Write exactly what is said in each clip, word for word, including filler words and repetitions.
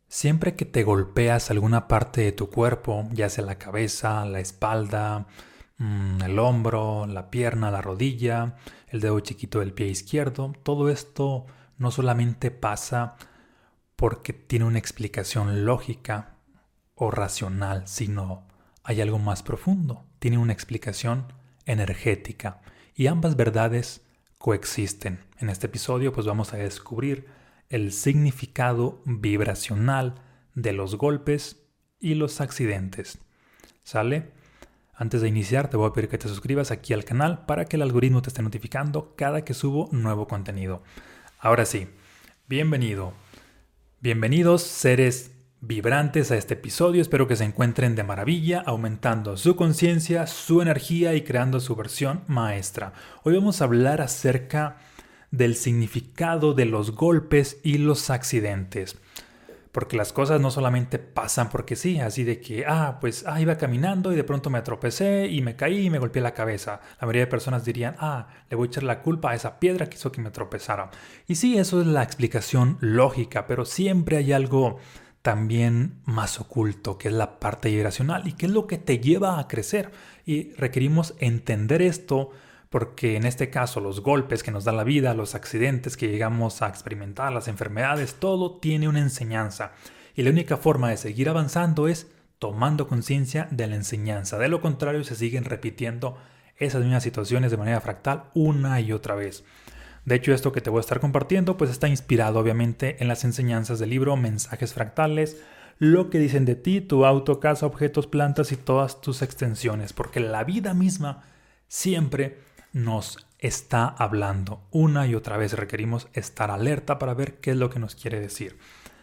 Siempre que te golpeas alguna parte de tu cuerpo, ya sea la cabeza, la espalda, mm, el hombro, la pierna, la rodilla, el dedo chiquito del pie izquierdo, todo esto no solamente pasa porque tiene una explicación lógica o racional, sino hay algo más profundo, tiene una explicación energética y ambas verdades coexisten. En este episodio pues vamos a descubrir el significado vibracional de los golpes y los accidentes. ¿Sale? Antes de iniciar te voy a pedir que te suscribas aquí al canal para que el algoritmo te esté notificando cada que subo nuevo contenido. Ahora sí, bienvenido. Bienvenidos seres vibrantes a este episodio. Espero que se encuentren de maravilla, aumentando su conciencia, su energía y creando su versión maestra. Hoy vamos a hablar acerca del significado de los golpes y los accidentes. Porque las cosas no solamente pasan porque sí, así de que, ah, pues ah, iba caminando y de pronto me tropecé y me caí y me golpeé la cabeza. La mayoría de personas dirían, ah, le voy a echar la culpa a esa piedra que hizo que me tropezara. Y sí, eso es la explicación lógica, pero siempre hay algo también más oculto, que es la parte vibracional y que es lo que te lleva a crecer. Y requerimos entender esto porque en este caso los golpes que nos da la vida, los accidentes que llegamos a experimentar, las enfermedades, todo tiene una enseñanza. Y la única forma de seguir avanzando es tomando conciencia de la enseñanza. De lo contrario, se siguen repitiendo esas mismas situaciones de manera fractal una y otra vez. De hecho, esto que te voy a estar compartiendo pues está inspirado obviamente en las enseñanzas del libro Mensajes Fractales, lo que dicen de ti, tu auto, casa, objetos, plantas y todas tus extensiones, porque la vida misma siempre nos está hablando. Una y otra vez requerimos estar alerta para ver qué es lo que nos quiere decir.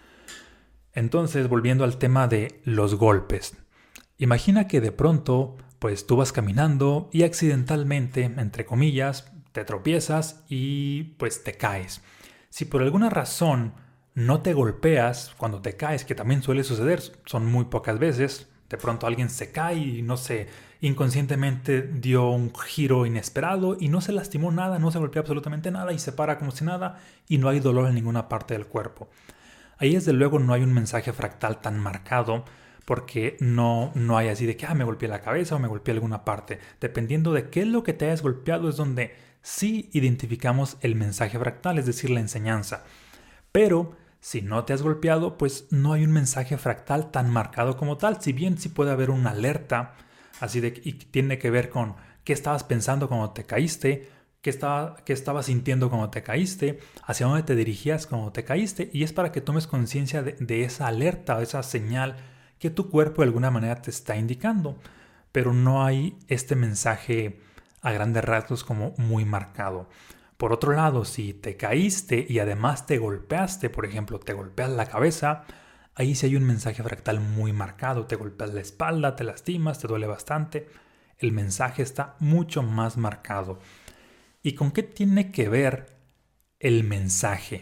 Entonces, volviendo al tema de los golpes. Imagina que de pronto, pues tú vas caminando y accidentalmente, entre comillas, te tropiezas y pues te caes. Si por alguna razón no te golpeas cuando te caes, que también suele suceder, son muy pocas veces, de pronto alguien se cae y no sé, inconscientemente dio un giro inesperado y no se lastimó nada, no se golpeó absolutamente nada y se para como si nada y no hay dolor en ninguna parte del cuerpo. Ahí desde luego no hay un mensaje fractal tan marcado porque no, no hay así de que ah, me golpeé la cabeza o me golpeé alguna parte. Dependiendo de qué es lo que te hayas golpeado es donde sí identificamos el mensaje fractal, es decir, la enseñanza. Pero si no te has golpeado, pues no hay un mensaje fractal tan marcado como tal. Si bien sí puede haber una alerta, así de y tiene que ver con qué estabas pensando cuando te caíste, qué, estaba, qué estabas sintiendo cuando te caíste, hacia dónde te dirigías cuando te caíste. Y es para que tomes conciencia de, de esa alerta, de esa señal que tu cuerpo de alguna manera te está indicando. Pero no hay este mensaje a grandes rasgos como muy marcado. Por otro lado, si te caíste y además te golpeaste, por ejemplo, te golpeas la cabeza, ahí sí hay un mensaje fractal muy marcado. Te golpeas la espalda, te lastimas, te duele bastante. El mensaje está mucho más marcado. ¿Y con qué tiene que ver el mensaje?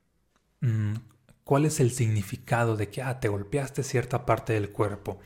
¿Cuál es el significado de que ah, te golpeaste cierta parte del cuerpo?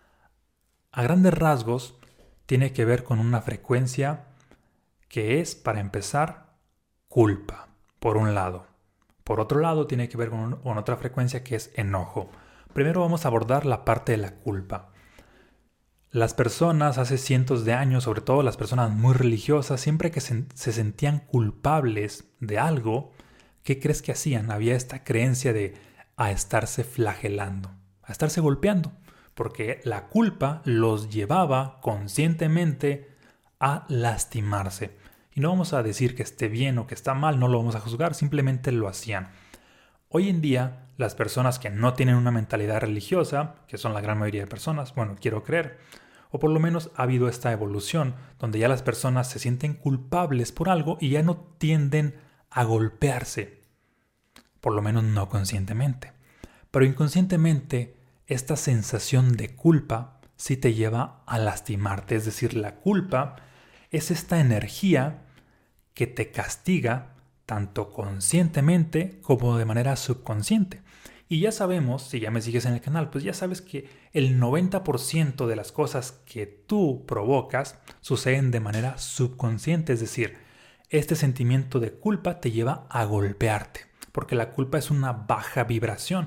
A grandes rasgos, tiene que ver con una frecuencia que es, para empezar, culpa, por un lado. Por otro lado, tiene que ver con, con otra frecuencia que es enojo. Primero vamos a abordar la parte de la culpa. Las personas hace cientos de años, sobre todo las personas muy religiosas, siempre que se, se sentían culpables de algo, ¿qué crees que hacían? Había esta creencia de a estarse flagelando, a estarse golpeando, porque la culpa los llevaba conscientemente a lastimarse. Y no vamos a decir que esté bien o que está mal, no lo vamos a juzgar, simplemente lo hacían. Hoy en día, las personas que no tienen una mentalidad religiosa, que son la gran mayoría de personas, bueno, quiero creer, o por lo menos ha habido esta evolución, donde ya las personas se sienten culpables por algo y ya no tienden a golpearse, por lo menos no conscientemente. Pero inconscientemente, esta sensación de culpa sí te lleva a lastimarte, es decir, la culpa es esta energía que te castiga tanto conscientemente como de manera subconsciente. Y ya sabemos, si ya me sigues en el canal, pues ya sabes que el noventa por ciento de las cosas que tú provocas suceden de manera subconsciente. Es decir, este sentimiento de culpa te lleva a golpearte, porque la culpa es una baja vibración.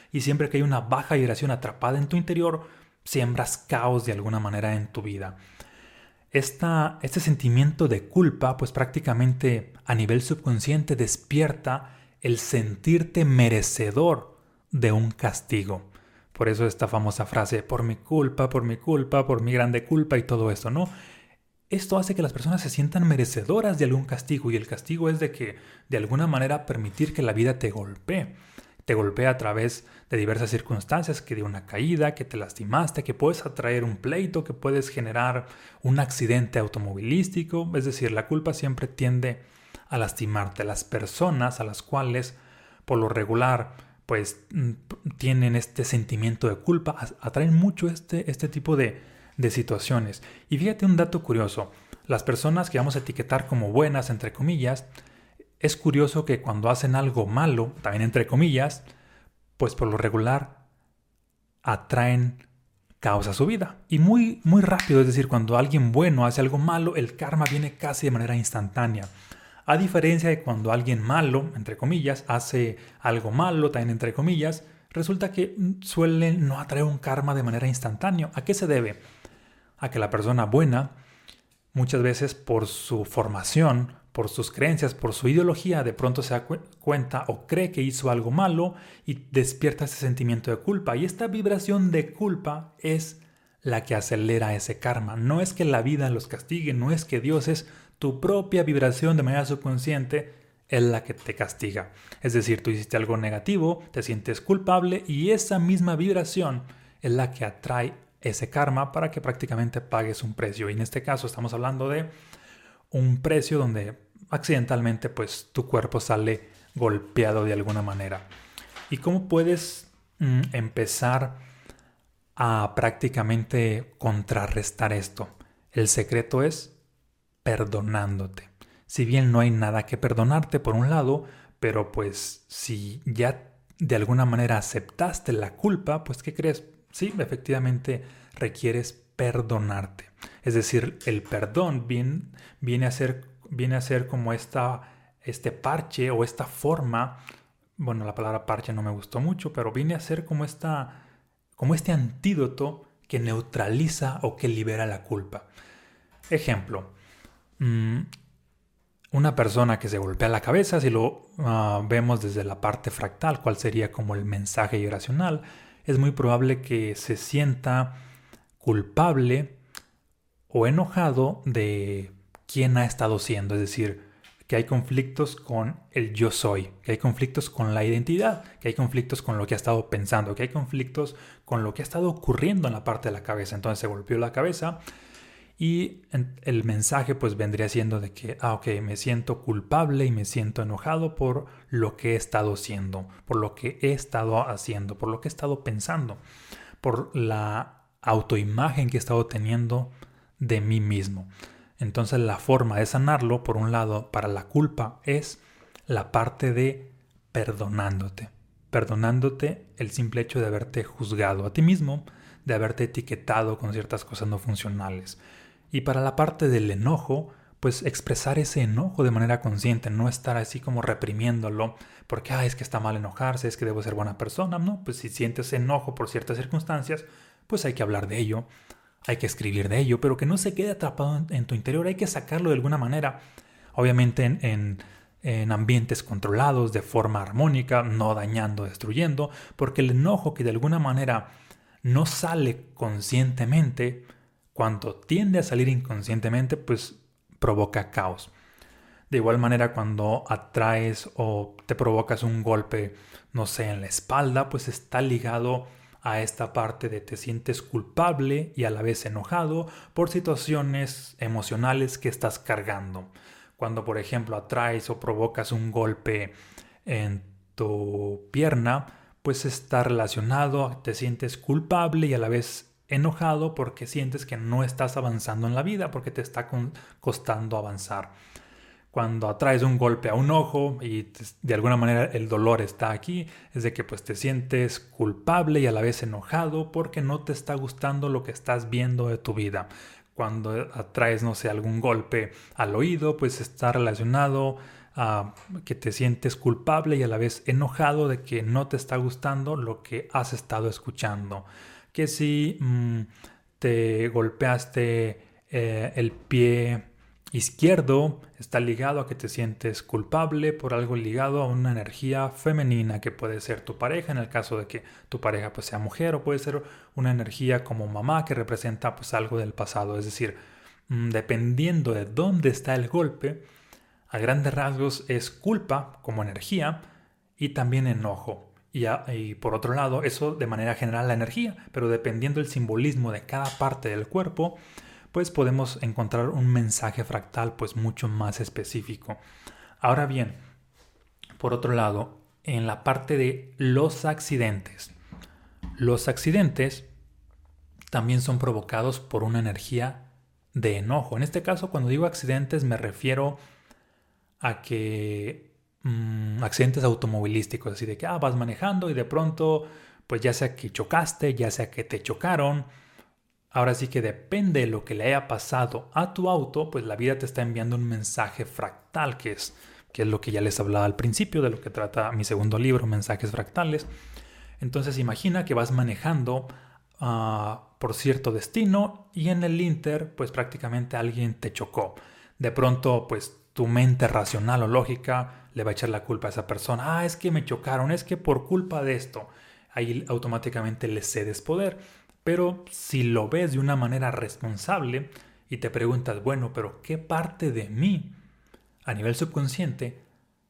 y siempre que hay una baja vibración atrapada en tu interior, siembras caos de alguna manera en tu vida. Esta, este sentimiento de culpa, pues prácticamente a nivel subconsciente despierta el sentirte merecedor de un castigo. Por eso esta famosa frase, por mi culpa, por mi culpa, por mi grande culpa y todo esto, ¿no? Esto hace que las personas se sientan merecedoras de algún castigo, y el castigo es de que de alguna manera permitir que la vida te golpee. Te golpea a través de diversas circunstancias, que de una caída, que te lastimaste, que puedes atraer un pleito, que puedes generar un accidente automovilístico. Es decir, la culpa siempre tiende a lastimarte. Las personas a las cuales por lo regular pues tienen este sentimiento de culpa atraen mucho este, este tipo de, de situaciones. Y fíjate un dato curioso. Las personas que vamos a etiquetar como buenas, entre comillas, es curioso que cuando hacen algo malo, también entre comillas, pues por lo regular atraen caos a su vida. Y muy, muy rápido, es decir, cuando alguien bueno hace algo malo, el karma viene casi de manera instantánea. A diferencia de cuando alguien malo, entre comillas, hace algo malo, también entre comillas, resulta que suele no atraer un karma de manera instantánea. ¿A qué se debe? A que la persona buena, muchas veces por su formación, por sus creencias, por su ideología, de pronto se da cu- cuenta o cree que hizo algo malo y despierta ese sentimiento de culpa. Y esta vibración de culpa es la que acelera ese karma. No es que la vida los castigue, no es que Dios, es tu propia vibración de manera subconsciente es la que te castiga. Es decir, tú hiciste algo negativo, te sientes culpable y esa misma vibración es la que atrae ese karma para que prácticamente pagues un precio. Y en este caso estamos hablando de un precio donde accidentalmente pues tu cuerpo sale golpeado de alguna manera. ¿Y cómo puedes mm, empezar a prácticamente contrarrestar esto? El secreto es perdonándote. Si bien no hay nada que perdonarte por un lado, pero pues si ya de alguna manera aceptaste la culpa, pues ¿qué crees? Sí, efectivamente requieres perdonarte. Es decir, el perdón viene, viene, a ser, viene a ser como esta, este parche o esta forma, bueno, la palabra parche no me gustó mucho, pero viene a ser como, esta, como este antídoto que neutraliza o que libera la culpa. Ejemplo, mmm, una persona que se golpea la cabeza, si lo uh, vemos desde la parte fractal, cuál sería como el mensaje vibracional, es muy probable que se sienta culpable o enojado de quién ha estado siendo. Es decir, que hay conflictos con el yo soy, que hay conflictos con la identidad, que hay conflictos con lo que ha estado pensando, que hay conflictos con lo que ha estado ocurriendo en la parte de la cabeza. Entonces se golpeó la cabeza y el mensaje pues vendría siendo de que, ah, ok, me siento culpable y me siento enojado por lo que he estado haciendo, por lo que he estado haciendo, por lo que he estado pensando, por la autoimagen que he estado teniendo de mí mismo. Entonces la forma de sanarlo, por un lado, para la culpa es la parte de perdonándote. Perdonándote el simple hecho de haberte juzgado a ti mismo, de haberte etiquetado con ciertas cosas no funcionales. Y para la parte del enojo, pues expresar ese enojo de manera consciente, no estar así como reprimiéndolo, porque ah, es que está mal enojarse, es que debo ser buena persona. No, pues si sientes enojo por ciertas circunstancias, pues hay que hablar de ello, hay que escribir de ello, pero que no se quede atrapado en, en tu interior, hay que sacarlo de alguna manera. Obviamente en, en, en ambientes controlados, de forma armónica, no dañando, destruyendo, porque el enojo que de alguna manera no sale conscientemente, cuando tiende a salir inconscientemente, pues provoca caos. De igual manera, cuando atraes o te provocas un golpe, no sé, en la espalda, pues está ligado a esta parte de te sientes culpable y a la vez enojado por situaciones emocionales que estás cargando. Cuando, por ejemplo, atraes o provocas un golpe en tu pierna, pues está relacionado, te sientes culpable y a la vez enojado porque sientes que no estás avanzando en la vida, porque te está con, costando avanzar. Cuando atraes un golpe a un ojo y te, de alguna manera el dolor está aquí, es de que pues te sientes culpable y a la vez enojado porque no te está gustando lo que estás viendo de tu vida. Cuando atraes, no sé, algún golpe al oído, pues está relacionado uh, que te sientes culpable y a la vez enojado de que no te está gustando lo que has estado escuchando. Que si mmm, te golpeaste eh, el pie izquierdo, está ligado a que te sientes culpable por algo ligado a una energía femenina que puede ser tu pareja, en el caso de que tu pareja pues sea mujer, o puede ser una energía como mamá que representa pues algo del pasado. Es decir, mmm, dependiendo de dónde está el golpe, a grandes rasgos es culpa como energía y también enojo. Y, a, y por otro lado, eso de manera general la energía, pero dependiendo del simbolismo de cada parte del cuerpo, pues podemos encontrar un mensaje fractal pues mucho más específico. Ahora bien, por otro lado, en la parte de los accidentes. Los accidentes también son provocados por una energía de enojo. En este caso, cuando digo accidentes, me refiero a que mmm, accidentes automovilísticos, así de que ah, vas manejando y de pronto, pues ya sea que chocaste, ya sea que te chocaron. Ahora sí que depende de lo que le haya pasado a tu auto, pues la vida te está enviando un mensaje fractal, que es, que es lo que ya les hablaba al principio, de lo que trata mi segundo libro, Mensajes Fractales. Entonces imagina que vas manejando uh, por cierto destino y en el Inter, pues prácticamente alguien te chocó. De pronto, pues tu mente racional o lógica le va a echar la culpa a esa persona. Ah, es que me chocaron, es que por culpa de esto. Ahí automáticamente le cedes poder. Pero si lo ves de una manera responsable y te preguntas, bueno, pero ¿qué parte de mí a nivel subconsciente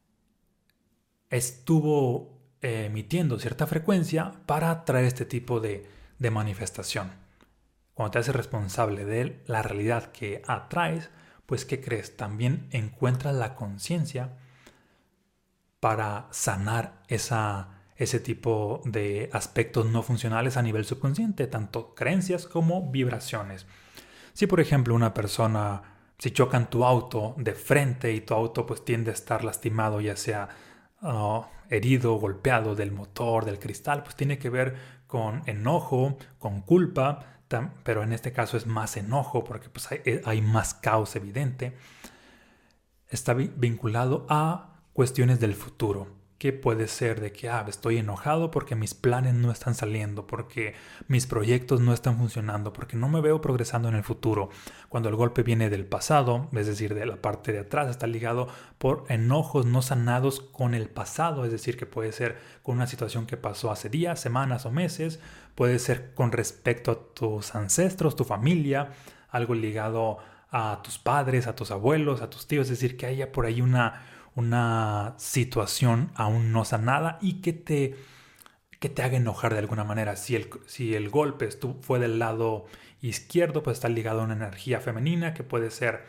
estuvo eh, emitiendo cierta frecuencia para traer este tipo de, de manifestación? Cuando te haces responsable de la realidad que atraes, pues ¿qué crees? También encuentras la conciencia para sanar esa ese tipo de aspectos no funcionales a nivel subconsciente, tanto creencias como vibraciones. Si por ejemplo una persona, si chocan tu auto de frente y tu auto pues tiende a estar lastimado, ya sea uh, herido, golpeado del motor, del cristal, pues tiene que ver con enojo, con culpa, tam, pero en este caso es más enojo porque pues hay, hay más caos evidente. Está vinculado a cuestiones del futuro. Que puede ser de que ah, estoy enojado porque mis planes no están saliendo, porque mis proyectos no están funcionando, porque no me veo progresando en el futuro. Cuando el golpe viene del pasado, es decir, de la parte de atrás, está ligado por enojos no sanados con el pasado, es decir, que puede ser con una situación que pasó hace días, semanas o meses, puede ser con respecto a tus ancestros, tu familia, algo ligado a tus padres, a tus abuelos, a tus tíos, es decir, que haya por ahí una... una situación aún no sanada y que te, que te haga enojar de alguna manera. Si el, si el golpe estuvo, fue del lado izquierdo, pues está ligado a una energía femenina que puede ser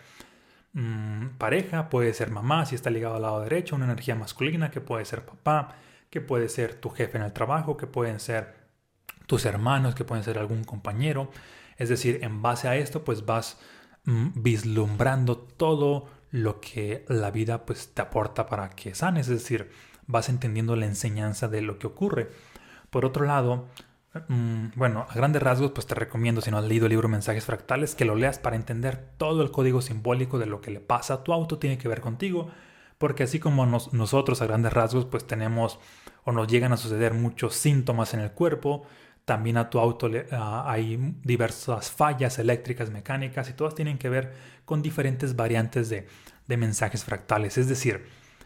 mmm, pareja, puede ser mamá. Si está ligado al lado derecho, una energía masculina que puede ser papá, que puede ser tu jefe en el trabajo, que pueden ser tus hermanos, que pueden ser algún compañero. Es decir, en base a esto, pues vas mmm, vislumbrando todo lo que la vida pues te aporta para que sanes, es decir, vas entendiendo la enseñanza de lo que ocurre. Por otro lado, mmm, bueno, a grandes rasgos pues te recomiendo, si no has leído el libro Mensajes Fractales, que lo leas para entender todo el código simbólico de lo que le pasa a tu auto, tiene que ver contigo, porque así como nos, nosotros a grandes rasgos pues tenemos o nos llegan a suceder muchos síntomas en el cuerpo, también a tu auto le, uh, hay diversas fallas eléctricas, mecánicas, y todas tienen que ver con diferentes variantes de, de mensajes fractales. Es decir,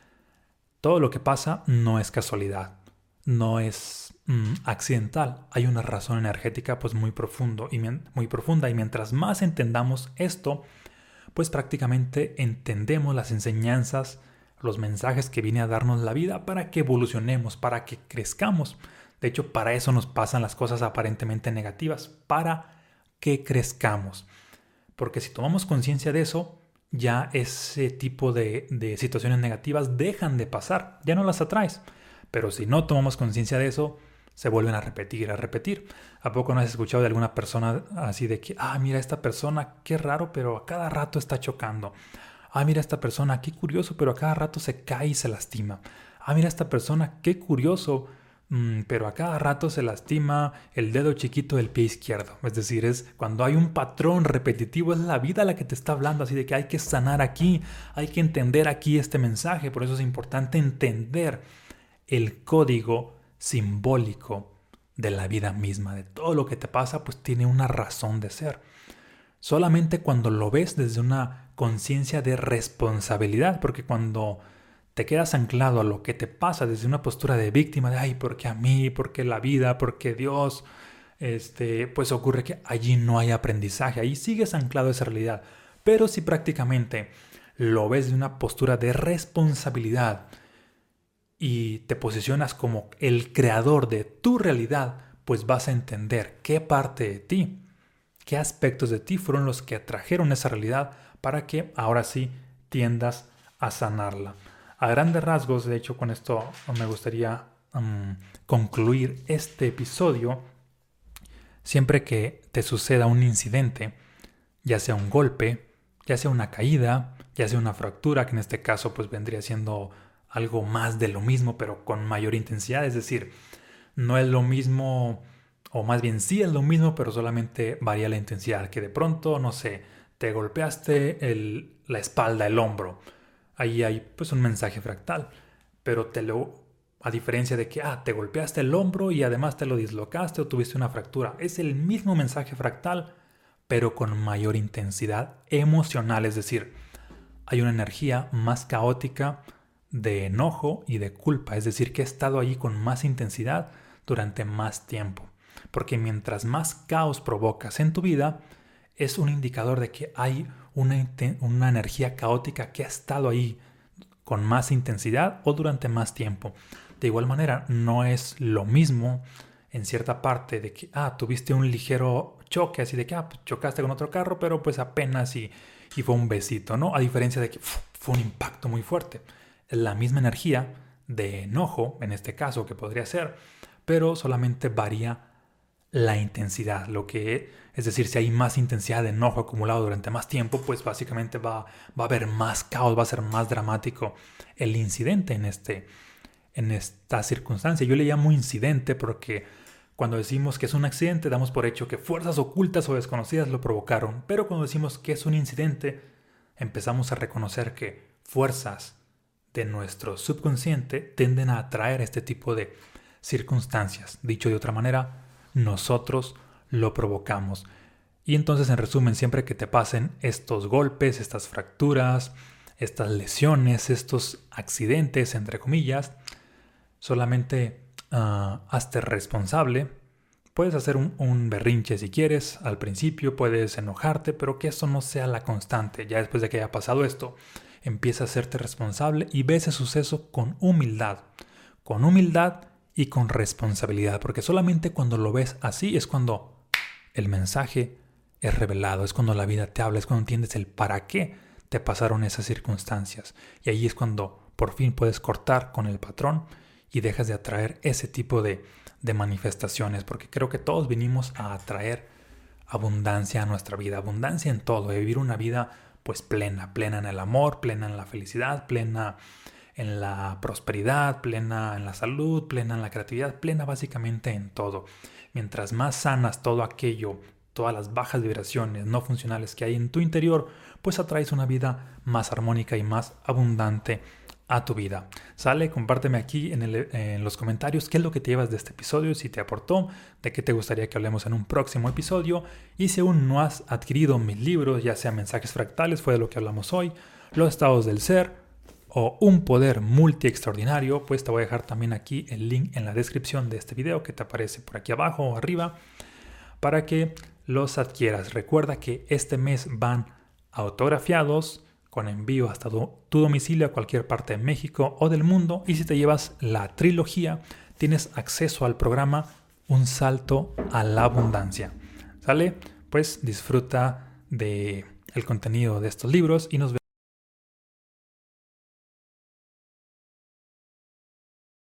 todo lo que pasa no es casualidad, no es mm, accidental. Hay una razón energética pues muy, profundo y muy profunda, y mientras más entendamos esto, pues prácticamente entendemos las enseñanzas, los mensajes que viene a darnos la vida para que evolucionemos, para que crezcamos. De hecho, para eso nos pasan las cosas aparentemente negativas, para que crezcamos. Porque si tomamos conciencia de eso, ya ese tipo de, de situaciones negativas dejan de pasar, ya no las atraes. Pero si no tomamos conciencia de eso, se vuelven a repetir, a repetir. ¿A poco no has escuchado de alguna persona así de que, ah, mira esta persona, qué raro, pero a cada rato está chocando? Ah, mira esta persona, qué curioso, pero a cada rato se cae y se lastima. Ah, mira esta persona, qué curioso, mm, pero a cada rato se lastima el dedo chiquito del pie izquierdo. Es decir, es cuando hay un patrón repetitivo, es la vida la que te está hablando, así de que hay que sanar aquí, hay que entender aquí este mensaje. Por eso es importante entender el código simbólico de la vida misma, de todo lo que te pasa, pues tiene una razón de ser. Solamente cuando lo ves desde una conciencia de responsabilidad, porque cuando te quedas anclado a lo que te pasa desde una postura de víctima, de ay, ¿por qué a mí? ¿Por qué la vida? ¿Por qué Dios? Este, pues ocurre que allí no hay aprendizaje, ahí sigues anclado a esa realidad. Pero si prácticamente lo ves de una postura de responsabilidad y te posicionas como el creador de tu realidad, pues vas a entender qué parte de ti, qué aspectos de ti fueron los que atrajeron esa realidad para que ahora sí tiendas a sanarla. A grandes rasgos, de hecho, con esto me gustaría um, concluir este episodio. Siempre que te suceda un incidente, ya sea un golpe, ya sea una caída, ya sea una fractura, que en este caso pues vendría siendo algo más de lo mismo, pero con mayor intensidad. Es decir, no es lo mismo, o más bien sí es lo mismo, pero solamente varía la intensidad. Que de pronto, no sé, te golpeaste el, la espalda, el hombro. Ahí hay pues un mensaje fractal, pero te lo, a diferencia de que ah, te golpeaste el hombro y además te lo dislocaste o tuviste una fractura, es el mismo mensaje fractal, pero con mayor intensidad emocional. Es decir, hay una energía más caótica de enojo y de culpa, es decir, que he estado allí con más intensidad durante más tiempo, porque mientras más caos provocas en tu vida, es un indicador de que hay una, una energía caótica que ha estado ahí con más intensidad o durante más tiempo. De igual manera, no es lo mismo en cierta parte de que ah, tuviste un ligero choque, así de que ah, pues chocaste con otro carro, pero pues apenas y, y fue un besito, ¿no? A diferencia de que uf, fue un impacto muy fuerte. La misma energía de enojo, en este caso, que podría ser, pero solamente varía la intensidad, lo que es decir, si hay más intensidad de enojo acumulado durante más tiempo, pues básicamente va, va a haber más caos, va a ser más dramático el incidente en, este, en esta circunstancia. Yo le llamo incidente porque cuando decimos que es un accidente damos por hecho que fuerzas ocultas o desconocidas lo provocaron, pero cuando decimos que es un incidente empezamos a reconocer que fuerzas de nuestro subconsciente tienden a atraer este tipo de circunstancias. Dicho de otra manera, nosotros lo provocamos. Y entonces, en resumen, siempre que te pasen estos golpes, estas fracturas, estas lesiones, estos accidentes, entre comillas, solamente uh, hazte responsable. Puedes hacer un, un berrinche si quieres, al principio puedes enojarte, pero que eso no sea la constante. Ya después de que haya pasado esto, empieza a hacerte responsable y ve ese suceso con humildad. Con humildad y con responsabilidad, porque solamente cuando lo ves así es cuando el mensaje es revelado, es cuando la vida te habla, es cuando entiendes el para qué te pasaron esas circunstancias. Y ahí es cuando por fin puedes cortar con el patrón y dejas de atraer ese tipo de, de manifestaciones, porque creo que todos vinimos a atraer abundancia a nuestra vida, abundancia en todo, de vivir una vida pues plena, plena en el amor, plena en la felicidad, plena en la prosperidad, plena en la salud, plena en la creatividad, plena básicamente en todo. Mientras más sanas todo aquello, todas las bajas vibraciones no funcionales que hay en tu interior, pues atraes una vida más armónica y más abundante a tu vida. Sale, compárteme aquí en, el, en los comentarios qué es lo que te llevas de este episodio, si te aportó, de qué te gustaría que hablemos en un próximo episodio, y si aún no has adquirido mis libros, ya sea Mensajes Fractales, fue de lo que hablamos hoy, Los Estados del Ser, o Un Poder Multi Extraordinario, pues te voy a dejar también aquí el link en la descripción de este video que te aparece por aquí abajo o arriba para que los adquieras. Recuerda que este mes van autografiados con envío hasta tu, tu domicilio a cualquier parte de México o del mundo, y si te llevas la trilogía tienes acceso al programa Un Salto a la Abundancia. ¿Sale? Pues disfruta de el contenido de estos libros y nos vemos